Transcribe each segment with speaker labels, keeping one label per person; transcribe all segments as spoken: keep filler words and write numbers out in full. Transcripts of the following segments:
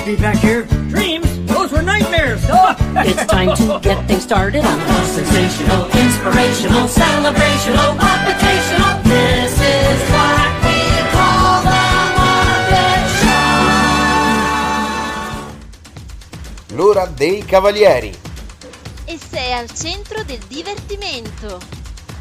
Speaker 1: be back here. Dreams? Those were nightmares.
Speaker 2: It's time to get things started on the sensational, inspirational, celebrational, palpitational. This is what we call the Muppet Show.
Speaker 3: L'ora dei Cavalieri.
Speaker 4: E sei al centro del divertimento.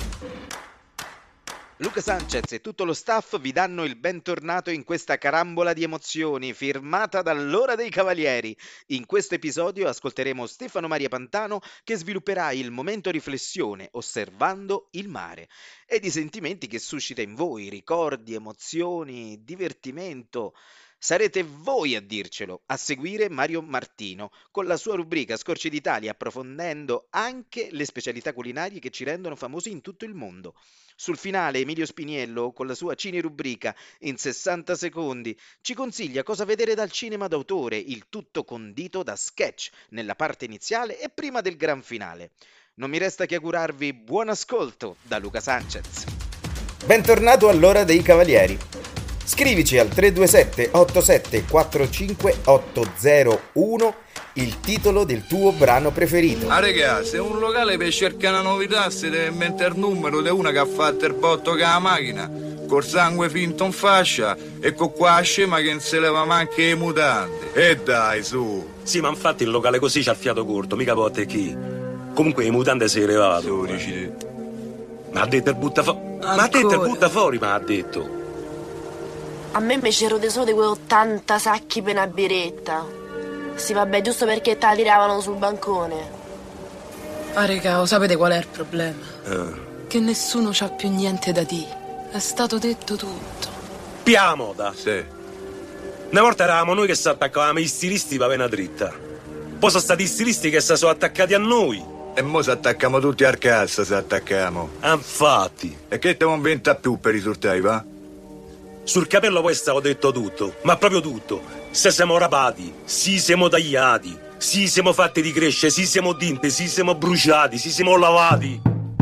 Speaker 5: Luca Sanchez e tutto lo staff vi danno il bentornato in questa carambola di emozioni firmata dall'Ora dei Cavalieri. In questo episodio ascolteremo Stefano Maria Pantano che svilupperà il momento riflessione osservando il mare ed i sentimenti che suscita in voi, ricordi, emozioni, divertimento. Sarete voi a dircelo. A seguire Mario Martino con la sua rubrica Scorci d'Italia, approfondendo anche le specialità culinarie che ci rendono famosi in tutto il mondo. Sul finale Emilio Spiniello con la sua cinerubrica in sessanta secondi ci consiglia cosa vedere dal cinema d'autore, il tutto condito da sketch nella parte iniziale e prima del gran finale. Non mi resta che augurarvi buon ascolto da Luca Sanchez.
Speaker 3: Bentornato all'Ora dei Cavalieri. Scrivici al tre due sette otto sette quattro cinque otto zero uno il titolo del tuo brano preferito.
Speaker 6: Ah regà, se un locale per cercare una novità si deve inventare il numero di una che ha fatto il botto con la macchina, col sangue finto in fascia e con qua scema che non si leva manco i mutanti. E dai, su!
Speaker 7: Sì, ma infatti il locale così c'ha il fiato corto, mica botte chi. Comunque i mutanti si è levato.
Speaker 6: Su, dici te.
Speaker 7: Ma ha detto il butta fuori. Ma ha detto il butta fuori, ma ha detto.
Speaker 8: A me mi c'ero solo di quei ottanta sacchi per una biretta. Sì, vabbè, giusto perché te la tiravano sul bancone.
Speaker 9: Ah, regà, sapete qual è il problema?
Speaker 7: Eh.
Speaker 9: Che nessuno c'ha più niente da dire. È stato detto tutto.
Speaker 7: Pia moda.
Speaker 6: Sì.
Speaker 7: Una volta eravamo noi che si attaccavamo agli stilisti per vena dritta. Poi sono stati i stilisti che si sono attaccati a noi.
Speaker 6: E mo si attacchiamo tutti al cazzo, se attacchiamo.
Speaker 7: Ah, infatti.
Speaker 6: E che te non inventa più per risultati, va?
Speaker 7: Sul capello poi stavo detto tutto, ma proprio tutto. Se siamo rapati, sì siamo tagliati, sì siamo fatti di crescere, sì siamo tinte, sì siamo bruciati, sì siamo lavati.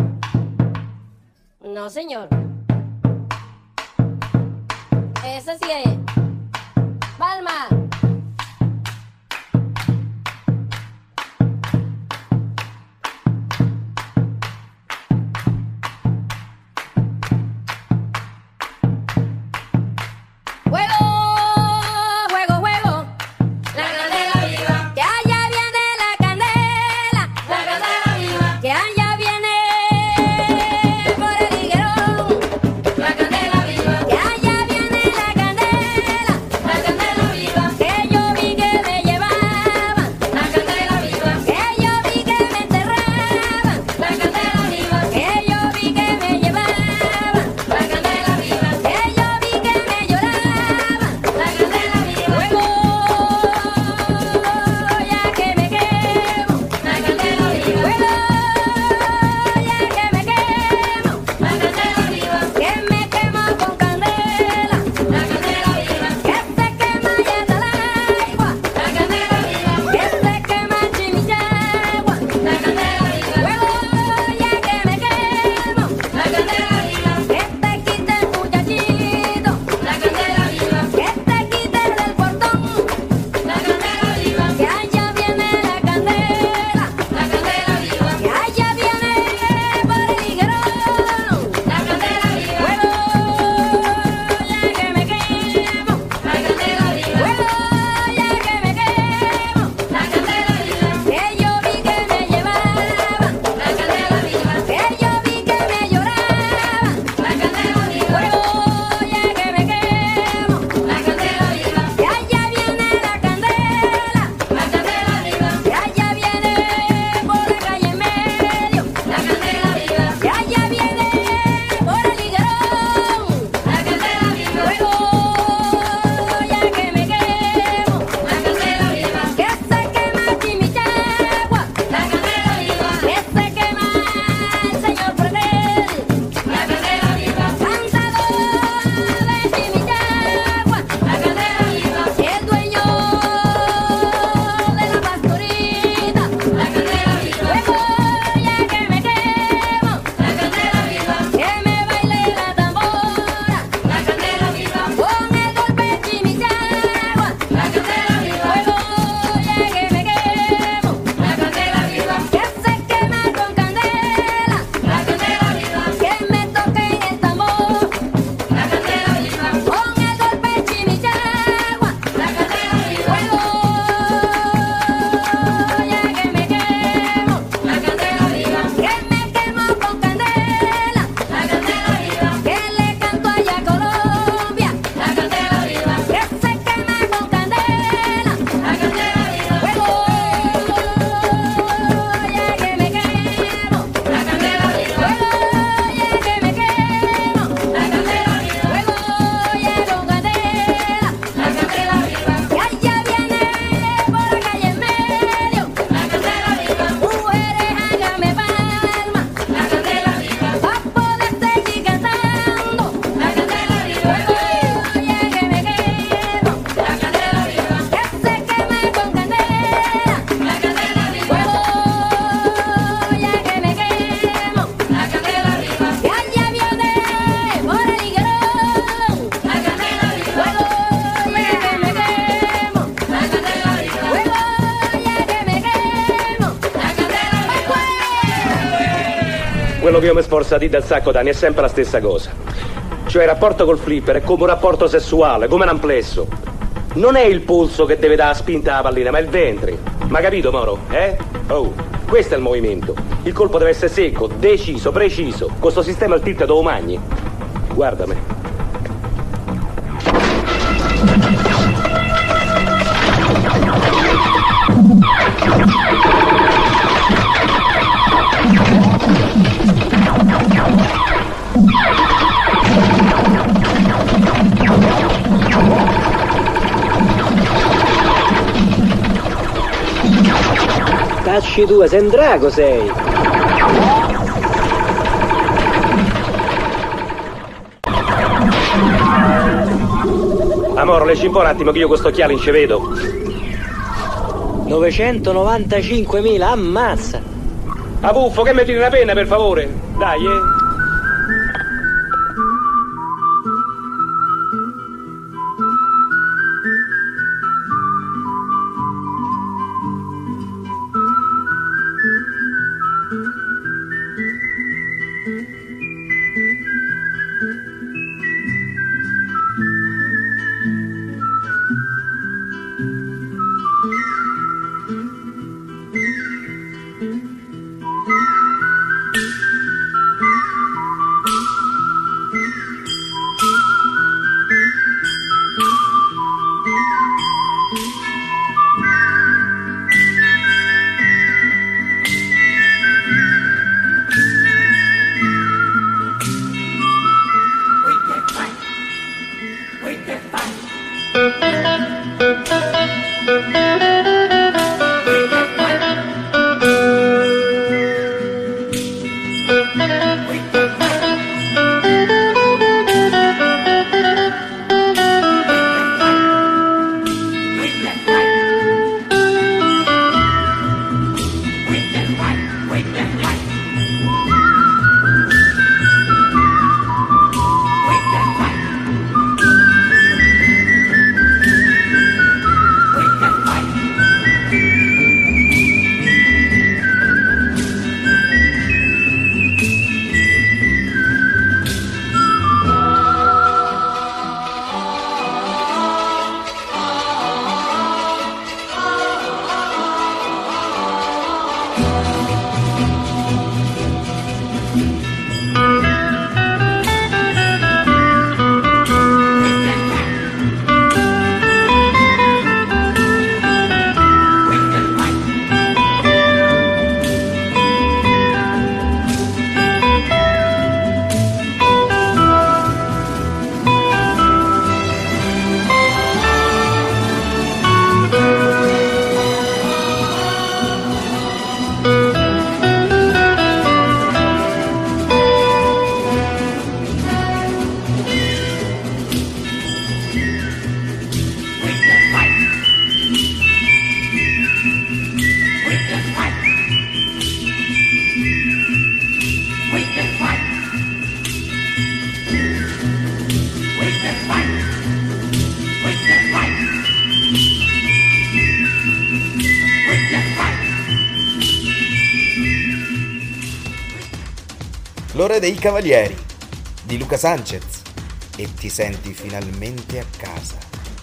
Speaker 2: No, señor. Esa sí es. Palma.
Speaker 10: Viva.
Speaker 7: quello che io mi sforzo di dal sacco d'anni è sempre la stessa cosa. Cioè il rapporto col flipper è come un rapporto sessuale, come un amplesso. Non è il polso che deve dare spinta alla pallina, ma il ventre. Ma capito, Moro? Eh? Oh, questo è il movimento. Il colpo deve essere secco, deciso, preciso. Con questo sistema il tilt dove magni. Guardami.
Speaker 10: Tacci tu, sei un drago sei!
Speaker 7: Amore, lasci un po' un attimo che io questo occhiale non ci vedo.
Speaker 10: novecentonovantacinquemila, ammazza!
Speaker 7: A buffo, che metti una penna per favore? Dai, eh!
Speaker 3: L'ora dei Cavalieri di Luca Sanchez, e ti senti finalmente a casa.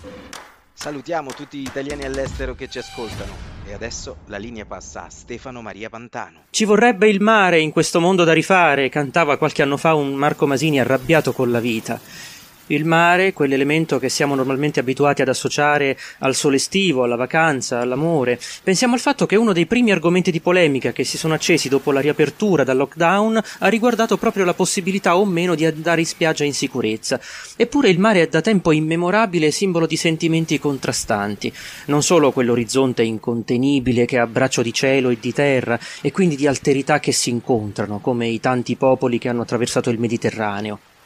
Speaker 5: Salutiamo tutti gli italiani all'estero che ci ascoltano e adesso la linea passa a Stefano Maria Pantano.
Speaker 11: Ci vorrebbe il mare in questo mondo da rifare, cantava qualche anno fa un Marco Masini arrabbiato con la vita. Il mare, quell'elemento che siamo normalmente abituati ad associare al sole estivo, alla vacanza, all'amore. Pensiamo al fatto che uno dei primi argomenti di polemica che si sono accesi dopo la riapertura dal lockdown ha riguardato proprio la possibilità o meno di andare in spiaggia in sicurezza. Eppure il mare è da tempo immemorabile simbolo di sentimenti contrastanti, non solo quell'orizzonte incontenibile che è a braccio di cielo e di terra, e quindi di alterità che si incontrano, come i tanti popoli che hanno attraversato il Mediterraneo.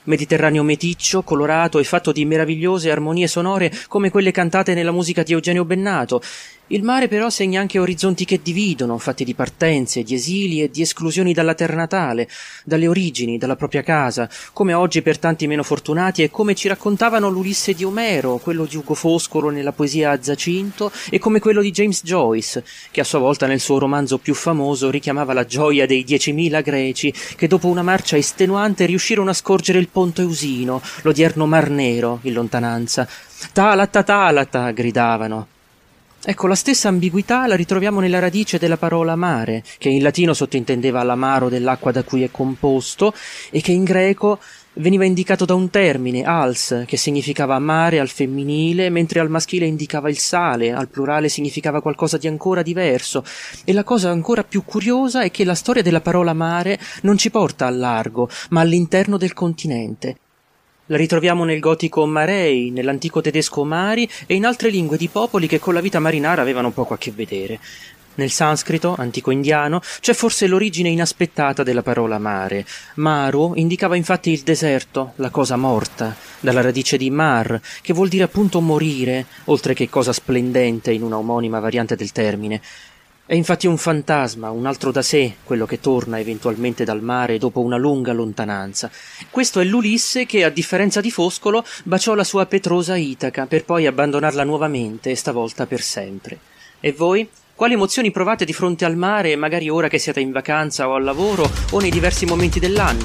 Speaker 11: Mediterraneo meticcio, colorato e fatto di meravigliose armonie sonore come quelle cantate nella musica di Eugenio Bennato. Il mare però segna anche orizzonti che dividono, fatti di partenze, di esili e di esclusioni dalla terra natale, dalle origini, dalla propria casa, come oggi per tanti meno fortunati e come ci raccontavano l'Ulisse di Omero, quello di Ugo Foscolo nella poesia a Zacinto e come quello di James Joyce, che a sua volta nel suo romanzo più famoso richiamava la gioia dei diecimila greci che dopo una marcia estenuante riuscirono a scorgere il Ponto Eusino, l'odierno Mar Nero, in lontananza. «Talata, talata!» gridavano. Ecco, la stessa ambiguità la ritroviamo nella radice della parola mare, che in latino sottintendeva l'amaro dell'acqua da cui è composto e che in greco veniva indicato da un termine, als, che significava mare al femminile, mentre al maschile indicava il sale, al plurale significava qualcosa di ancora diverso. E la cosa ancora più curiosa è che la storia della parola mare non ci porta al largo, ma all'interno del continente. La ritroviamo nel gotico marei, nell'antico tedesco mari e in altre lingue di popoli che con la vita marinara avevano poco a che vedere. Nel sanscrito, antico indiano, c'è forse l'origine inaspettata della parola mare. Maru indicava infatti il deserto, la cosa morta, dalla radice di mar, che vuol dire appunto morire, oltre che cosa splendente in una omonima variante del termine. È infatti un fantasma, un altro da sé, quello che torna eventualmente dal mare dopo una lunga lontananza. Questo è l'Ulisse che, a differenza di Foscolo, baciò la sua Petrosa Itaca per poi abbandonarla nuovamente, stavolta per sempre. E voi? Quali emozioni provate di fronte al mare, magari ora che siete in vacanza o al lavoro o nei diversi momenti dell'anno?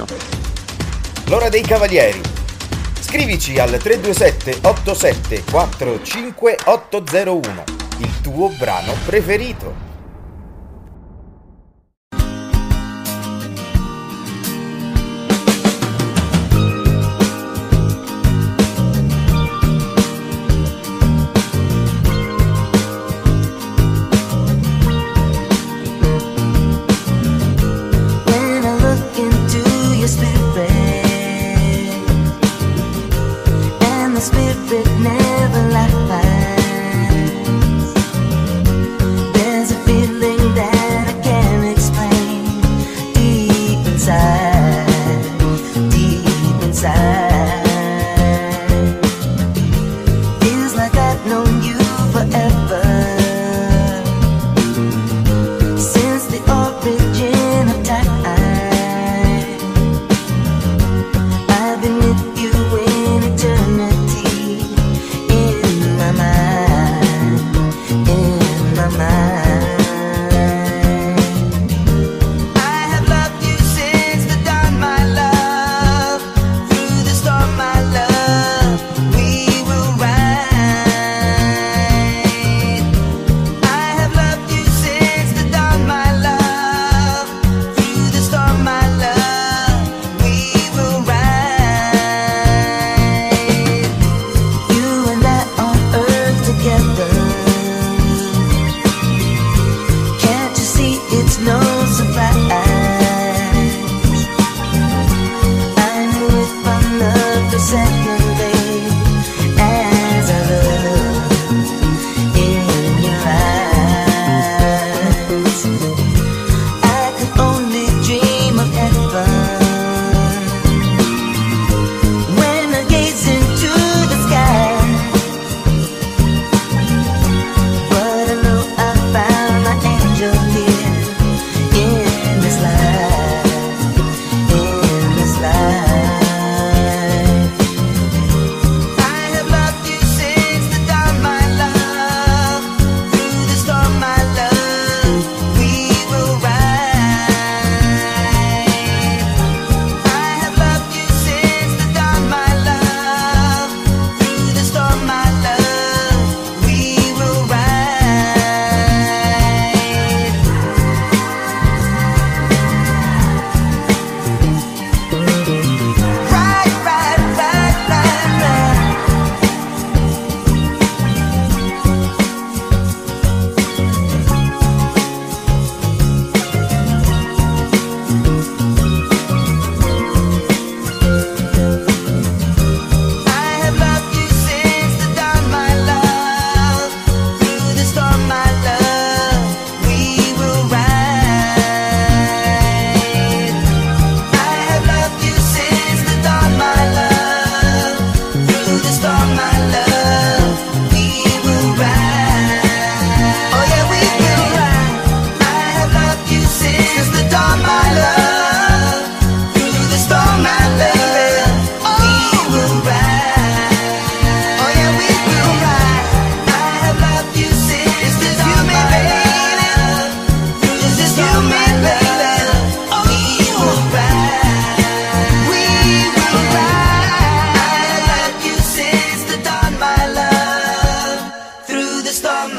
Speaker 3: L'ora dei cavalieri. Scrivici al tre due sette otto sette quattro cinque otto zero uno il tuo brano preferito.
Speaker 12: Spirit never lies. There's a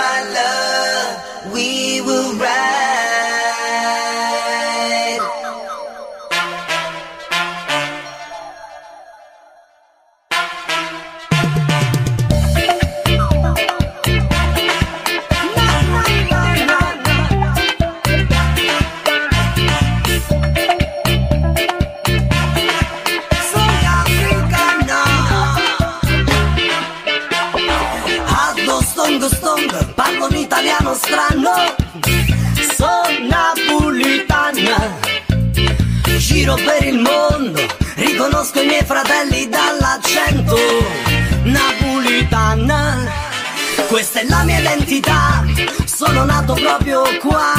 Speaker 12: my love, we will ride. Parlo un italiano strano, sono napolitana, giro per il mondo, riconosco i miei fratelli dall'accento. Napolitana, questa è la mia identità, sono nato proprio qua,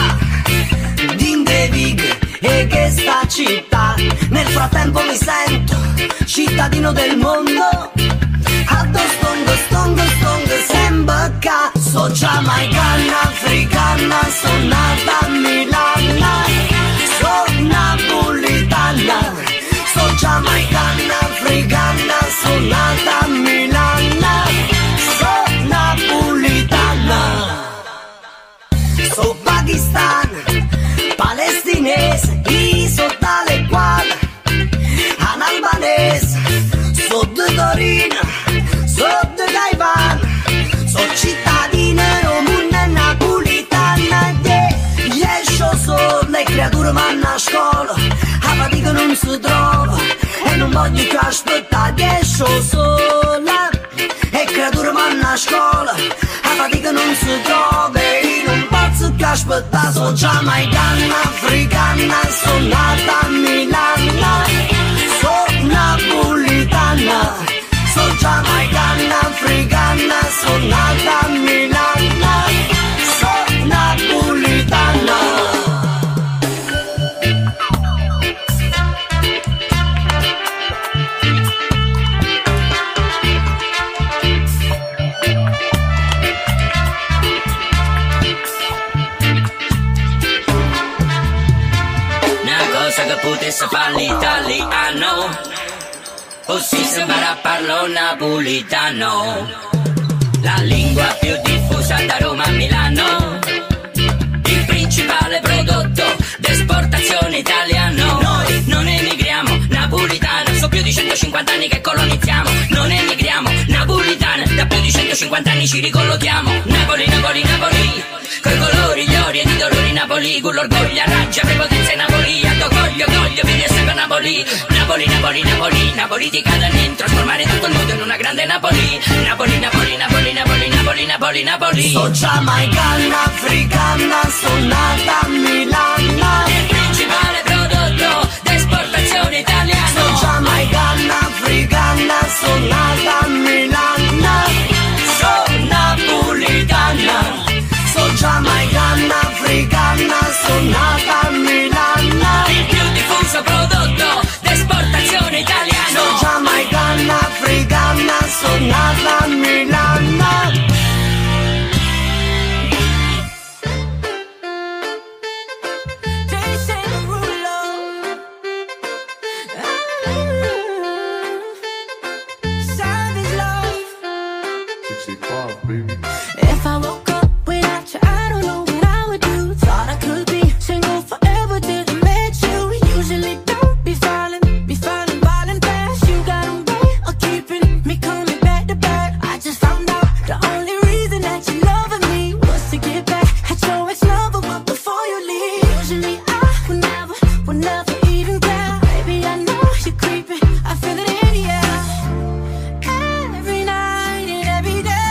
Speaker 12: Dindevig e che sta città. Nel frattempo mi sento cittadino del mondo. Addo stongo, stongo, stongo, sembacca. So giamaicana, africana, sono nata a Milano. So napolitana, so giamaicana, africana, sono nata a Milano. So napolitana. So pakistan, palestinese, iso tale qual, analbanese. So de Torino, so de Gaivan, so cittadina romana napolitana, yeah. Esco solo, le creature vanno a scuola, a fatica non si trova, e non voglio più aspettare. Esco sola, e creature vanno a scuola, a fatica non si trova, e non posso più aspettare. So giamaicana, africana, sono nata a Milano. So napolitana, so giamaicana, africana, sono nata a Milano. So napolitana.
Speaker 13: Che potesse fare l'italiano, così sembra parlo napolitano. La lingua più diffusa da Roma a Milano, il principale prodotto d'esportazione italiano. Noi non emigriamo, napolitano, sono più di centocinquanta anni che colonizziamo. Non emigriamo, napolitano, da più di centocinquanta anni ci ricollochiamo. Napoli, Napoli, Napoli, coi colori, gli ori e i dolori Napoli, con l'orgoglio, raggia, prepotenza Napoli, a coglio, coglio, vieni a sempre Napoli. Napoli, Napoli, Napoli, la politica da dentro, trasformare tutto il mondo in una grande Napoli. Napoli, Napoli, Napoli, Napoli, Napoli, Napoli, Napoli.
Speaker 12: So giamaicana, africana, sono nata a Milano.
Speaker 13: Il principale prodotto d'esportazione italiano.
Speaker 12: So giamaicana, africana, sono nata a Milano. So napolitana. So giamaicana, africana, sono nata a Milano.
Speaker 13: Il più diffuso prodotto d'esportazione italiano.
Speaker 12: So giamaicana, africana, sono nata a Milano.
Speaker 14: If I woke up without you, I don't know what I would do. Thought I could be single forever till I met you. Usually don't be falling, be falling, falling fast. You got a way of keeping me coming back to back. I just found out the only reason that you loving me was to get back at your ex-lover, but before you leave. Usually I would never, would never even care. Baby, I know you're creeping, I feel it in the air. Every night and every day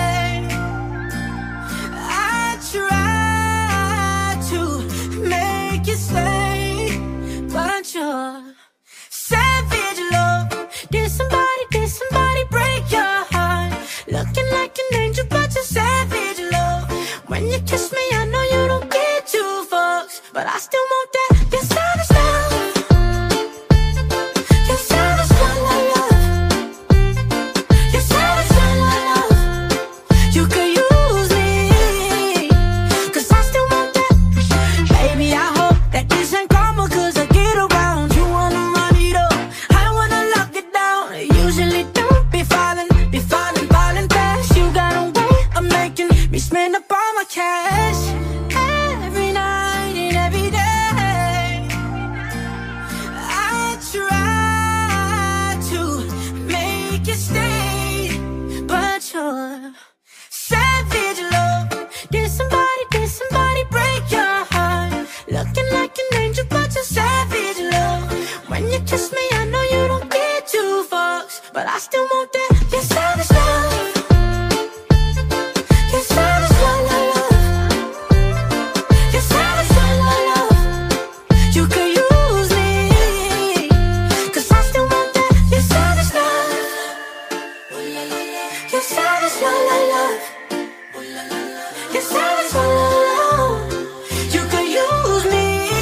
Speaker 14: try to make you stay, but you're savage love. Did somebody, did somebody break your heart? Looking like an angel, but you're savage love. When you kiss me, I know you don't get two fucks, but I still want that. You're savage love. You're savage love, love, love. You're savage love, love, love. You could use me, cause I still want that. Baby, I hope that this ain't karma, cause I get around. You wanna run it up, I wanna lock it down. Usually don't be falling, be falling, falling fast. You got a way of making me spin up. but I still want that. Your savage love. Your savage love, love, love. Your savage love, love, love. You could use me, 'cause I still want that. Your savage love. Your savage love, love, love. Your savage love, love, love. You could use me,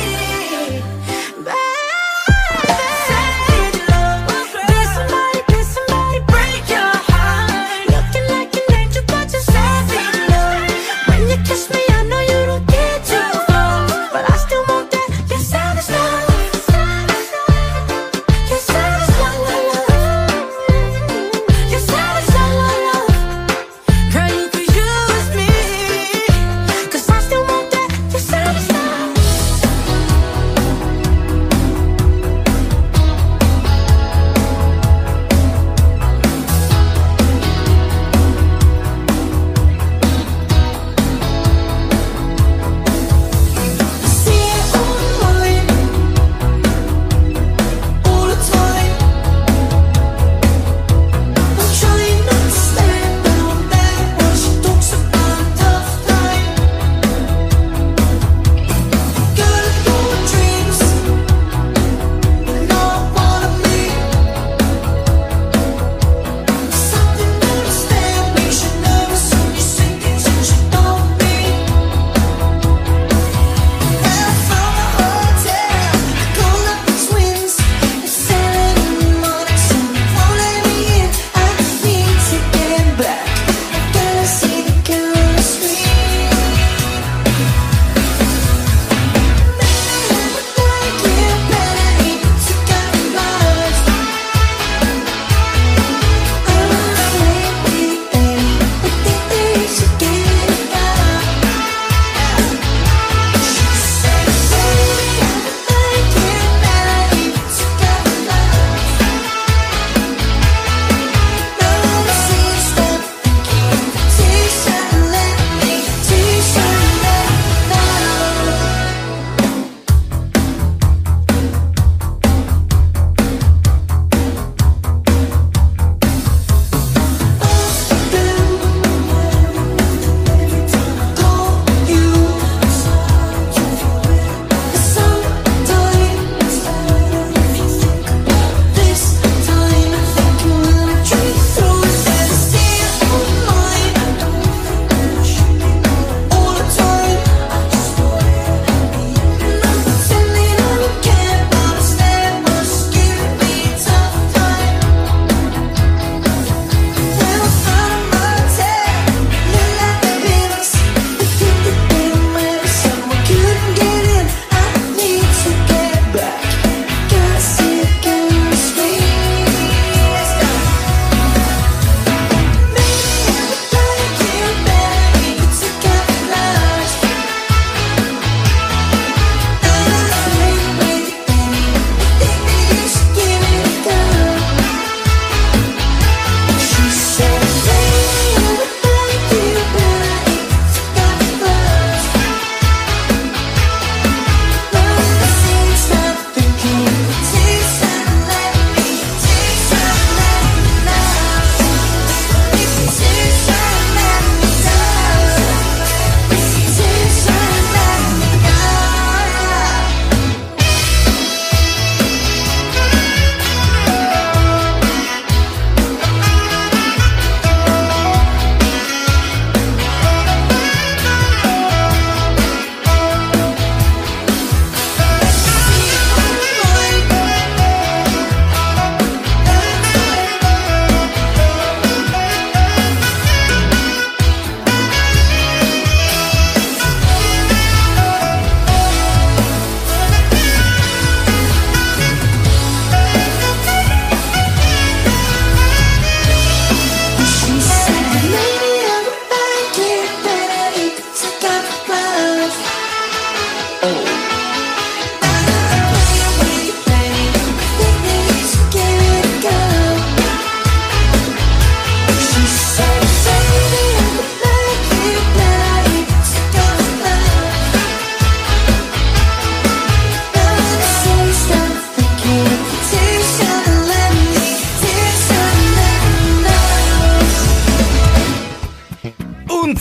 Speaker 14: baby. Savage love. Did somebody, did somebody break your heart? Looking like an angel, but you're savage love. When you kiss me, I know you don't get too far, but I still want that. Your savage love. Your savage love, love, love. Your savage love, love, love. Girl, you could use me.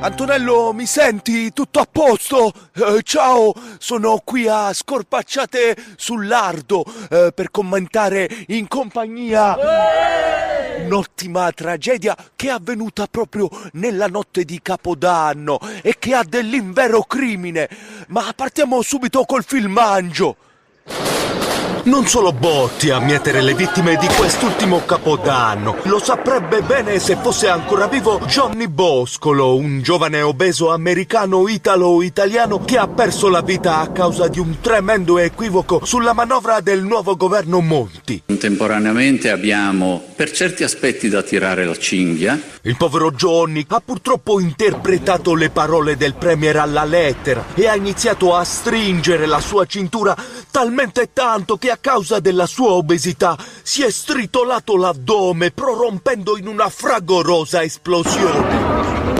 Speaker 15: Antonello, mi senti? Tutto a posto? Eh, ciao, sono qui a Scorpacciate sul Lardo eh, per commentare in compagnia un'ottima tragedia che è avvenuta proprio nella notte di Capodanno e che ha dell'invero crimine. Ma partiamo subito col filmangio. Non solo Botti a mietere le vittime di quest'ultimo Capodanno. Lo saprebbe bene se fosse ancora vivo Johnny Boscolo, un giovane obeso americano italo-italiano che ha perso la vita a causa di un tremendo equivoco sulla manovra del nuovo governo Monti.
Speaker 16: Contemporaneamente abbiamo per certi aspetti da tirare la cinghia.
Speaker 15: Il povero Johnny ha purtroppo interpretato le parole del premier alla lettera e ha iniziato a stringere la sua cintura talmente tanto che a causa della sua obesità si è stritolato l'addome, prorompendo in una fragorosa esplosione.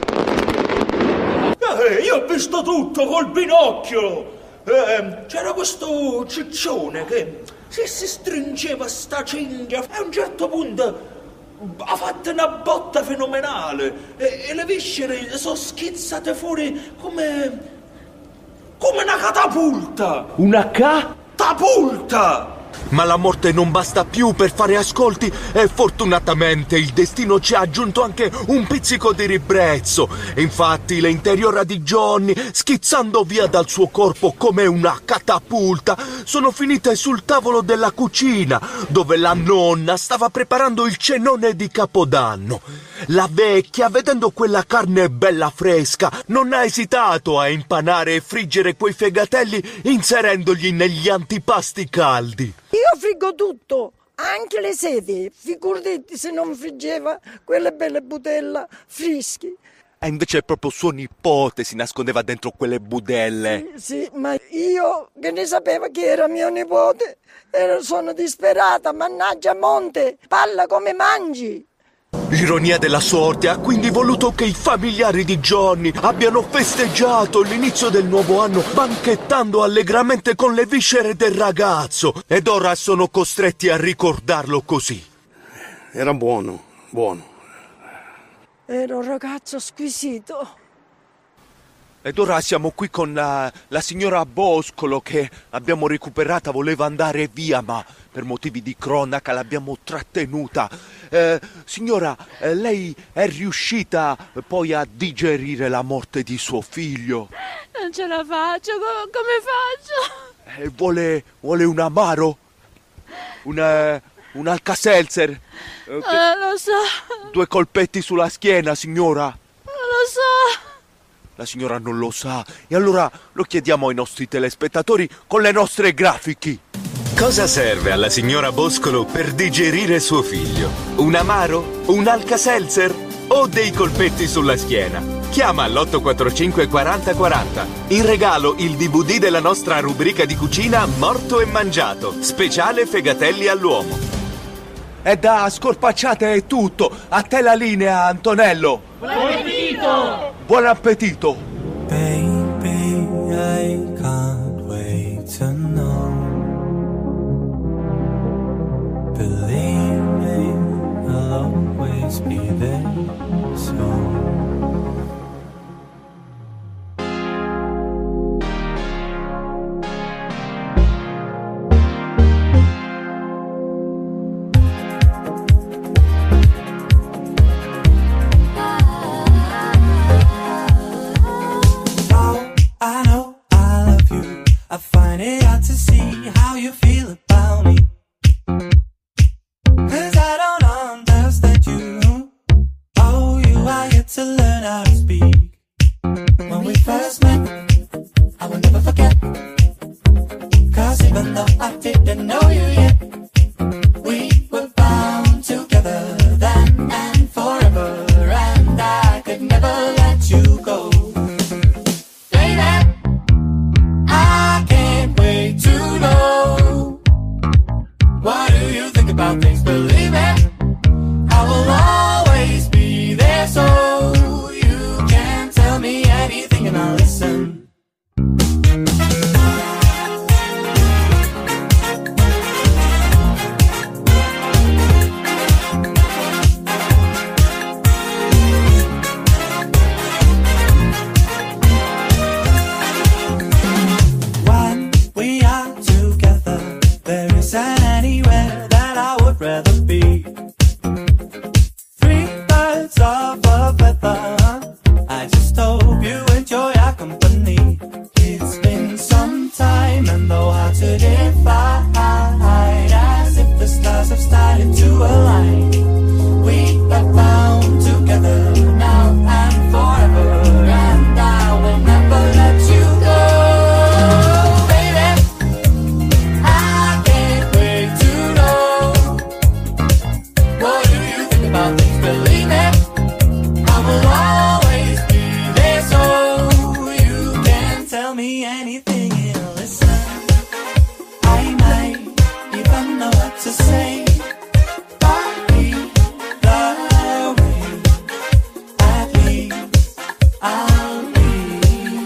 Speaker 17: Eh, io ho visto tutto col binocchio. Eh, c'era questo ciccione che si, si stringeva sta cinghia e a un certo punto ha fatto una botta fenomenale e, e le viscere sono schizzate fuori come come una catapulta.
Speaker 15: Una catapulta! Ma la morte non basta più per fare ascolti e fortunatamente il destino ci ha aggiunto anche un pizzico di ribrezzo. Infatti le interiora di Johnny, schizzando via dal suo corpo come una catapulta, sono finite sul tavolo della cucina, dove la nonna stava preparando il cenone di Capodanno. La vecchia, vedendo quella carne bella fresca, non ha esitato a impanare e friggere quei fegatelli inserendogli negli antipasti caldi.
Speaker 18: Io friggo tutto, anche le sedie, figurati se non friggeva quelle belle budella frischi.
Speaker 15: E invece proprio suo nipote si nascondeva dentro quelle budelle.
Speaker 18: Sì, sì, ma io che ne sapevo che era mio nipote, ero, sono disperata, mannaggia Monte, palla come mangi.
Speaker 15: L'ironia della sorte ha quindi voluto che i familiari di Johnny abbiano festeggiato l'inizio del nuovo anno banchettando allegramente con le viscere del ragazzo ed ora sono costretti a ricordarlo così.
Speaker 19: Era buono, buono.
Speaker 18: Era un ragazzo squisito.
Speaker 15: Ed ora siamo qui con la, la signora Boscolo che abbiamo recuperata, voleva andare via ma per motivi di cronaca l'abbiamo trattenuta. Eh, signora, eh, lei è riuscita poi a digerire la morte di suo figlio?
Speaker 20: Non ce la faccio, co- come faccio?
Speaker 15: Eh, vuole, vuole un amaro? Un, eh, un Alka-Seltzer? Eh, che...
Speaker 20: eh, lo so.
Speaker 15: Due colpetti sulla schiena, signora?
Speaker 20: Non lo so.
Speaker 15: La signora non lo sa e allora lo chiediamo ai nostri telespettatori con le nostre grafiche.
Speaker 21: Cosa serve alla signora Boscolo per digerire suo figlio? Un amaro? Un Alka-Seltzer? O dei colpetti sulla schiena? Chiama all'otto quattro cinque quaranta quaranta. In regalo il D V D della nostra rubrica di cucina Morto e Mangiato, speciale fegatelli all'uomo.
Speaker 15: E da Scorpacciate è tutto. A te la linea, Antonello.
Speaker 12: Buon appetito!
Speaker 15: Buon appetito!
Speaker 22: Baby, I can't wait to know. Believe me, I'll always be there, so I know I love you. I find it hard to see how you feel about me. Cause I don't understand you. Oh, of a feather. I just hope you enjoy our company. It's been some time and though hard to define, as if the stars have started to align. We are bound together now and forever, and I will never let you go. Baby, I can't wait to know, what do you think about this? Believe me, I will always be there, so you can tell me anything and listen. I might even know what to say. Body the way, at least I'll be.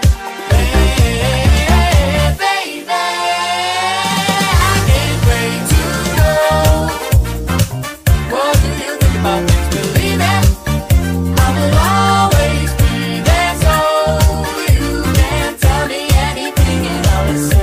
Speaker 22: Hey, baby, I can't wait to know, what do you think about this? Believe it, I will always be there, so you can tell me anything and I'll listen.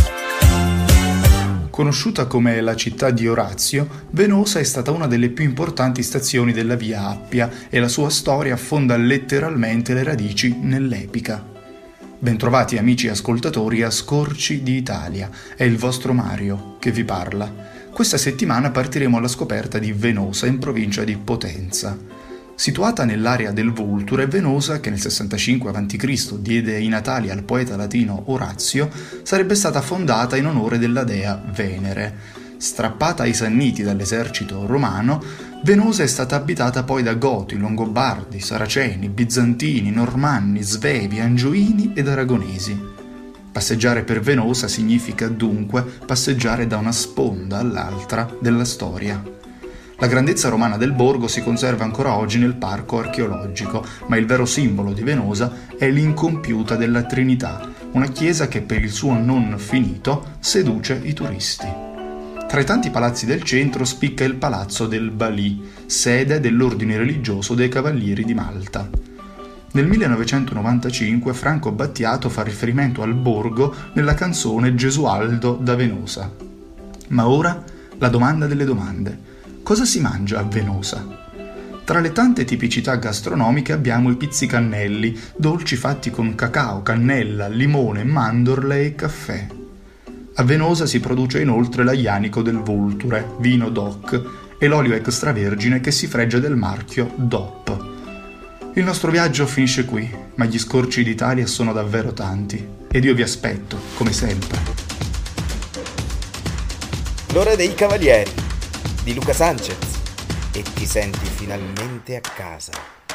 Speaker 1: Conosciuta come la città di Orazio, Venosa è stata una delle più importanti stazioni della Via Appia e la sua storia affonda letteralmente le radici nell'epica. Bentrovati amici ascoltatori a Scorci di Italia, è il vostro Mario che vi parla. Questa settimana partiremo alla scoperta di Venosa in provincia di Potenza. Situata nell'area del Vulture, Venosa, che nel sessantacinque avanti Cristo diede i natali al poeta latino Orazio, sarebbe stata fondata in onore della dea Venere. Strappata ai Sanniti dall'esercito romano, Venosa è stata abitata poi da Goti, Longobardi, Saraceni, Bizantini, Normanni, Svevi, Angioini ed Aragonesi. Passeggiare per Venosa significa dunque passeggiare da una sponda all'altra della storia. La grandezza romana del borgo si conserva ancora oggi nel parco archeologico, ma il vero simbolo di Venosa è l'incompiuta della Trinità, una chiesa che per il suo non finito seduce i turisti. Tra i tanti palazzi del centro spicca il Palazzo del Balì, sede dell'ordine religioso dei Cavalieri di Malta. Nel millenovecentonovantacinque Franco Battiato fa riferimento al borgo nella canzone Gesualdo da Venosa. Ma ora la domanda delle domande. Cosa si mangia a Venosa? Tra le tante tipicità gastronomiche abbiamo i pizzicannelli, dolci fatti con cacao, cannella, limone, mandorle e caffè. A Venosa si produce inoltre l'aianico del Vulture, vino D O C, e l'olio extravergine che si fregge del marchio D O P. Il nostro viaggio finisce qui, ma gli scorci d'Italia sono davvero tanti, ed io vi aspetto, come sempre.
Speaker 5: L'ora dei Cavalieri di Luca Sanchez, e ti senti finalmente a casa.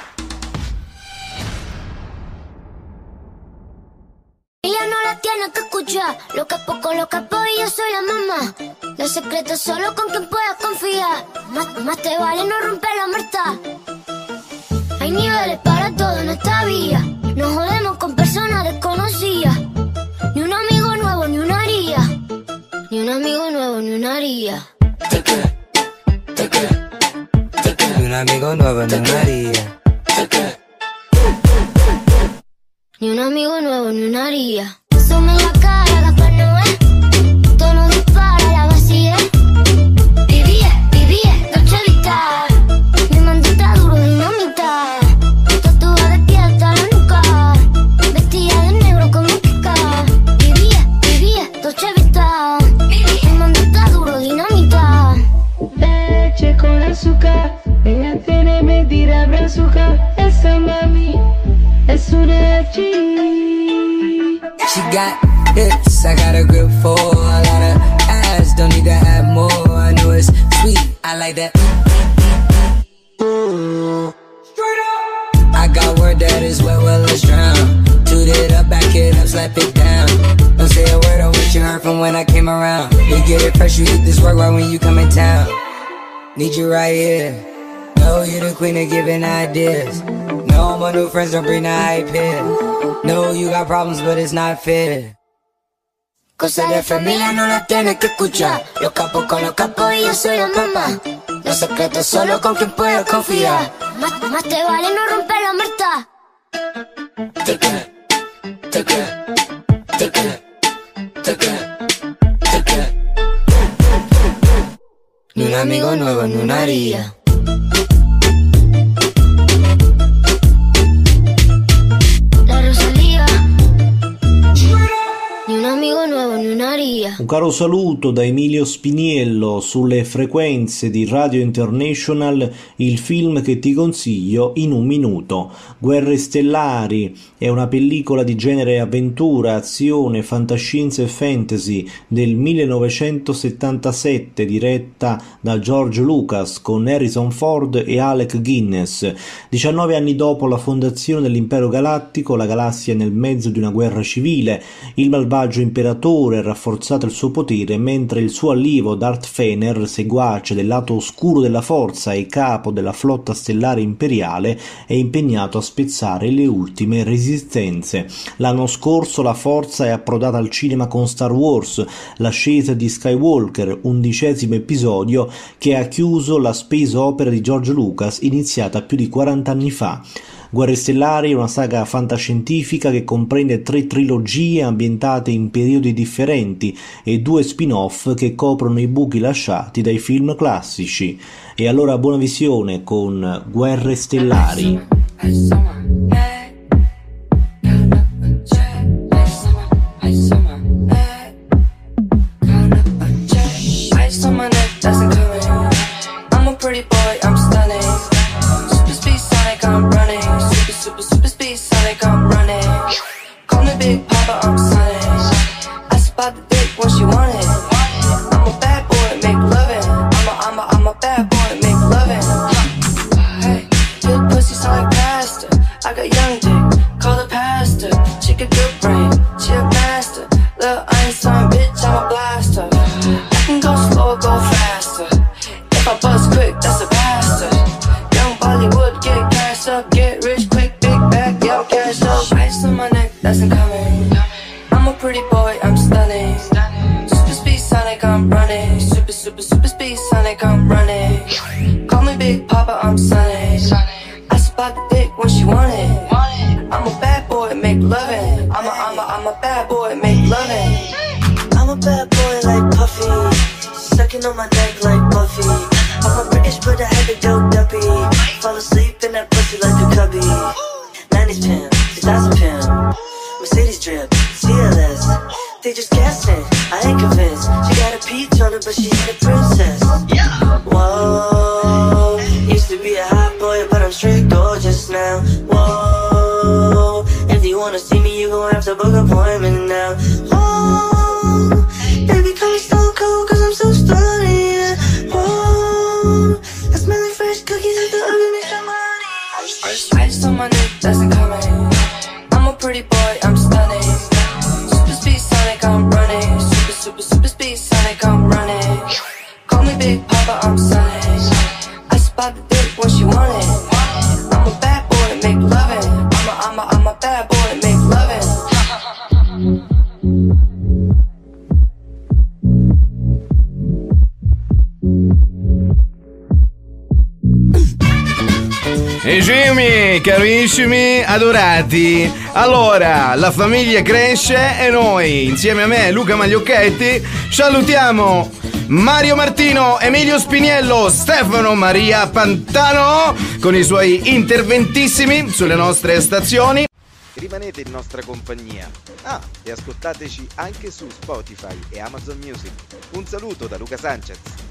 Speaker 4: Ella no la tiene que escuchar, lo capo con lo capo y yo soy la mamá. Los secretos solo con quien puedas confiar, más, más te vale no romper la muerta. Hay niveles para todo en esta vía, no jodemos con personas desconocidas. Ni un amigo nuevo ni una haría, ni un amigo nuevo ni una haría.
Speaker 23: Ni un amigo nuevo ni una haría.
Speaker 4: Ni un amigo nuevo ni una haría. Asoma en la cara, Gaspar Noé. Tono dispara, la vacía. Vivía, vivía, Dolce Vita. Mi mandita duro, dinamita. Tatuada de piel hasta la nuca. Vestida de negro como Kika. Vivía, vivía, Dolce Vita. Mi mandita duro, dinamita.
Speaker 24: Leche con azúcar, ella tiene medida brazuca. Esa mami es una G.
Speaker 23: She got hips, I got a grip for a lot of ass, don't need to have more. I know it's sweet, I like that. Straight up. I got word that is wet, well let's drown. Toot it up, back it up, slap it down. Don't say a word on what you heard from when I came around. You get it fresh, you hit this work right when you come in town. Need you right here. No, you're the queen of giving ideas. No, my new friends don't bring the hype here. No, you got problems, but it's not fair.
Speaker 4: Cosas de familia no las tienes que escuchar. Los capos con los capos y yo soy la mamá. Los secretos solo con quien puedo confiar. Más, más te vale no romper la muerta. Take it, take it, take it, take it, take it.
Speaker 23: Ni un amigo nuevo ni una haría.
Speaker 2: caro saluto da Emilio Spiniello sulle frequenze di Radio International, il film che ti consiglio in un minuto. Guerre Stellari è una pellicola di genere avventura, azione, fantascienza e fantasy del millenovecentosettantasette diretta da George Lucas con Harrison Ford e Alec Guinness. diciannove anni dopo la fondazione dell'Impero Galattico, la galassia è nel mezzo di una guerra civile. Il malvagio imperatore ha rafforzato il suo potere, mentre il suo allievo Darth Fener, seguace del lato oscuro della forza e capo della flotta stellare imperiale, è impegnato a spezzare le ultime resistenze. L'anno scorso la forza è approdata al cinema con Star Wars, l'ascesa di Skywalker, undicesimo episodio che ha chiuso la space opera di George Lucas iniziata più di quaranta anni fa. Guerre Stellari è una saga fantascientifica che comprende tre trilogie ambientate in periodi differenti e due spin-off che coprono i buchi lasciati dai film classici. E allora buona visione con Guerre Stellari.
Speaker 3: Carissimi adorati, allora la famiglia cresce e noi insieme a me Luca Magliocchetti salutiamo Mario Martino, Emilio Spiniello, Stefano Maria Pantano con i suoi interventissimi sulle nostre stazioni.
Speaker 5: Rimanete in nostra compagnia. Ah, e ascoltateci anche su Spotify e Amazon Music. Un saluto da Luca Sanchez.